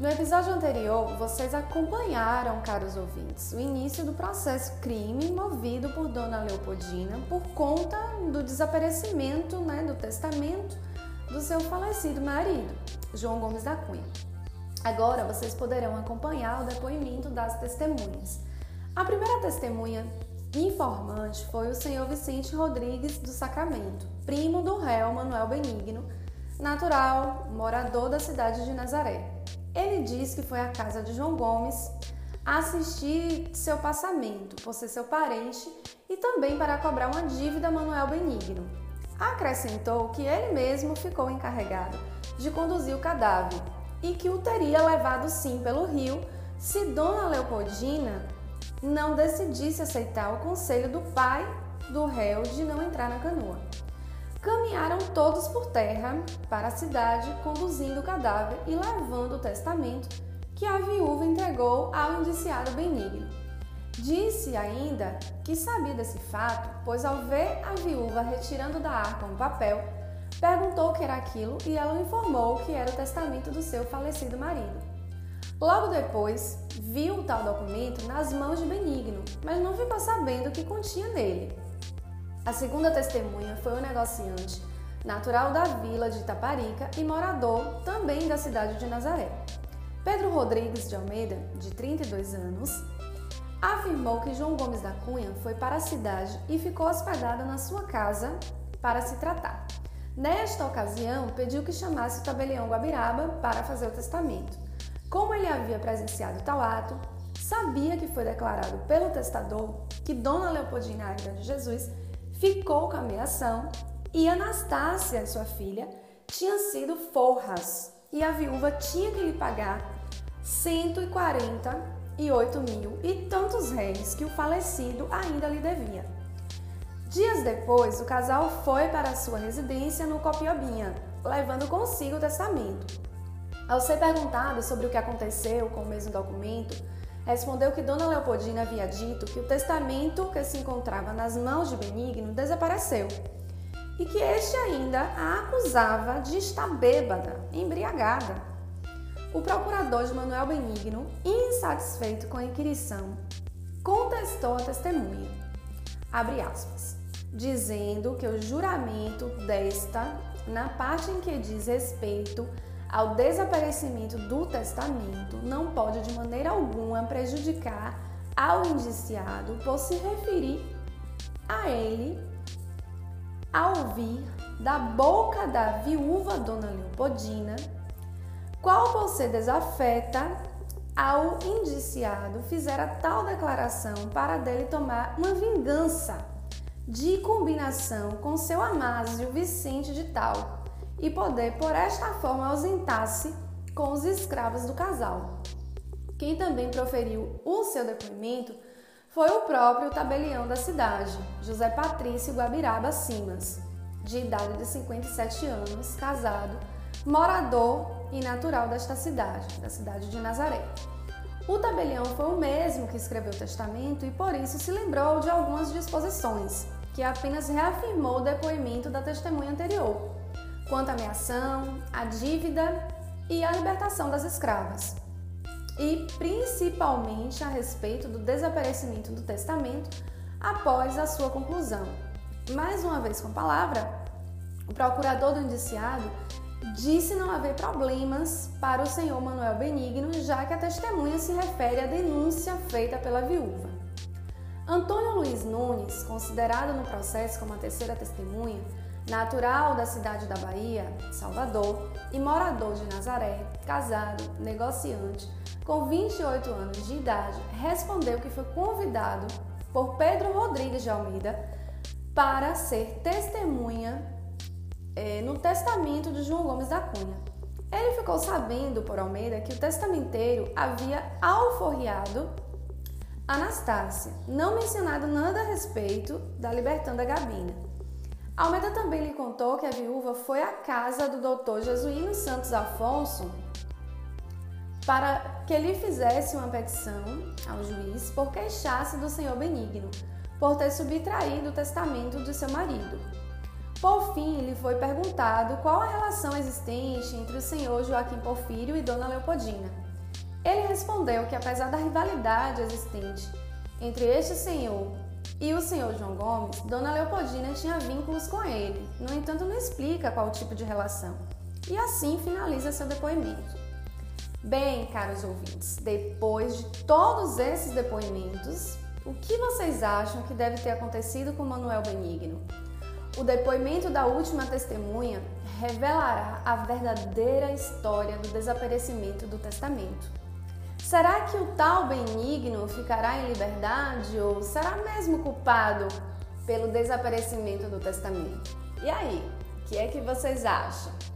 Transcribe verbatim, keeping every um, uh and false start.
No episódio anterior, vocês acompanharam, caros ouvintes, o início do processo crime movido por Dona Leopoldina por conta do desaparecimento, né, do testamento do seu falecido marido, João Gomes da Cunha. Agora vocês poderão acompanhar o depoimento das testemunhas. A primeira testemunha informante foi o senhor Vicente Rodrigues do Sacramento, primo do réu Manuel Benigno, natural, morador da cidade de Nazaré. Ele diz que foi à casa de João Gomes assistir seu passamento, por ser seu parente, e também para cobrar uma dívida a Manuel Benigno. Acrescentou que ele mesmo ficou encarregado de conduzir o cadáver e que o teria levado sim pelo rio se Dona Leopoldina não decidisse aceitar o conselho do pai do réu de não entrar na canoa. Caminharam todos por terra para a cidade, conduzindo o cadáver e levando o testamento que a viúva entregou ao indiciado Benigno. Disse ainda que sabia desse fato, pois ao ver a viúva retirando da arca um papel, perguntou o que era aquilo e ela o informou que era o testamento do seu falecido marido. Logo depois, viu o tal documento nas mãos de Benigno, mas não ficou sabendo o que continha nele. A segunda testemunha foi o negociante, natural da vila de Itaparica e morador também da cidade de Nazaré. Pedro Rodrigues de Almeida, de trinta e dois anos, afirmou que João Gomes da Cunha foi para a cidade e ficou hospedado na sua casa para se tratar. Nesta ocasião, pediu que chamasse o tabelião Guabiraba para fazer o testamento. Como ele havia presenciado tal ato, sabia que foi declarado pelo testador que Dona Leopoldina Águeda de Jesus ficou com a meação e Anastácia, sua filha, tinha sido forras e a viúva tinha que lhe pagar cento e quarenta e oito mil e tantos réis que o falecido ainda lhe devia. Dias depois, o casal foi para a sua residência no Copiobinha, levando consigo o testamento. Ao ser perguntado sobre o que aconteceu com o mesmo documento, respondeu que Dona Leopoldina havia dito que o testamento que se encontrava nas mãos de Benigno desapareceu e que este ainda a acusava de estar bêbada, embriagada. O procurador de Manuel Benigno, insatisfeito com a inquirição, contestou a testemunha, abre aspas, dizendo que o juramento desta, na parte em que diz respeito ao desaparecimento do testamento, não pode de maneira alguma prejudicar ao indiciado por se referir a ele ao ouvir da boca da viúva Dona Leopoldina, qual por ser desafeta ao indiciado fizera tal declaração para dele tomar uma vingança de combinação com seu Amásio Vicente de Tal, e poder, por esta forma, ausentar-se com os escravos do casal. Quem também proferiu o seu depoimento foi o próprio tabelião da cidade, José Patrício Guabiraba Simas, de idade de cinquenta e sete anos, casado, morador e natural desta cidade, da cidade de Nazaré. O tabelião foi o mesmo que escreveu o testamento e, por isso, se lembrou de algumas disposições, que apenas reafirmou o depoimento da testemunha anterior, quanto à meação, a dívida e a libertação das escravas, e principalmente a respeito do desaparecimento do testamento após a sua conclusão. Mais uma vez com a palavra, o procurador do indiciado disse não haver problemas para o senhor Manuel Benigno, já que a testemunha se refere à denúncia feita pela viúva. Antônio Luiz Nunes, considerado no processo como a terceira testemunha, natural da cidade da Bahia, Salvador, e morador de Nazaré, casado, negociante, com vinte e oito anos de idade, respondeu que foi convidado por Pedro Rodrigues de Almeida para ser testemunha eh, no testamento de João Gomes da Cunha. Ele ficou sabendo por Almeida que o testamenteiro havia alforriado Anastácia, não mencionado nada a respeito da libertanda Gabina. Almeida também lhe contou que a viúva foi à casa do doutor Jesuíno Santos Afonso para que lhe fizesse uma petição ao juiz por queixar-se do senhor Benigno, por ter subtraído o testamento de seu marido. Por fim, lhe foi perguntado qual a relação existente entre o senhor Joaquim Porfírio e Dona Leopoldina. Ele respondeu que, apesar da rivalidade existente entre este senhor e o senhor João Gomes, Dona Leopoldina tinha vínculos com ele. No entanto, não explica qual tipo de relação. E assim finaliza seu depoimento. Bem, caros ouvintes, depois de todos esses depoimentos, o que vocês acham que deve ter acontecido com Manuel Benigno? O depoimento da última testemunha revelará a verdadeira história do desaparecimento do testamento. Será que o tal Benigno ficará em liberdade ou será mesmo culpado pelo desaparecimento do testamento? E aí, o que é que vocês acham?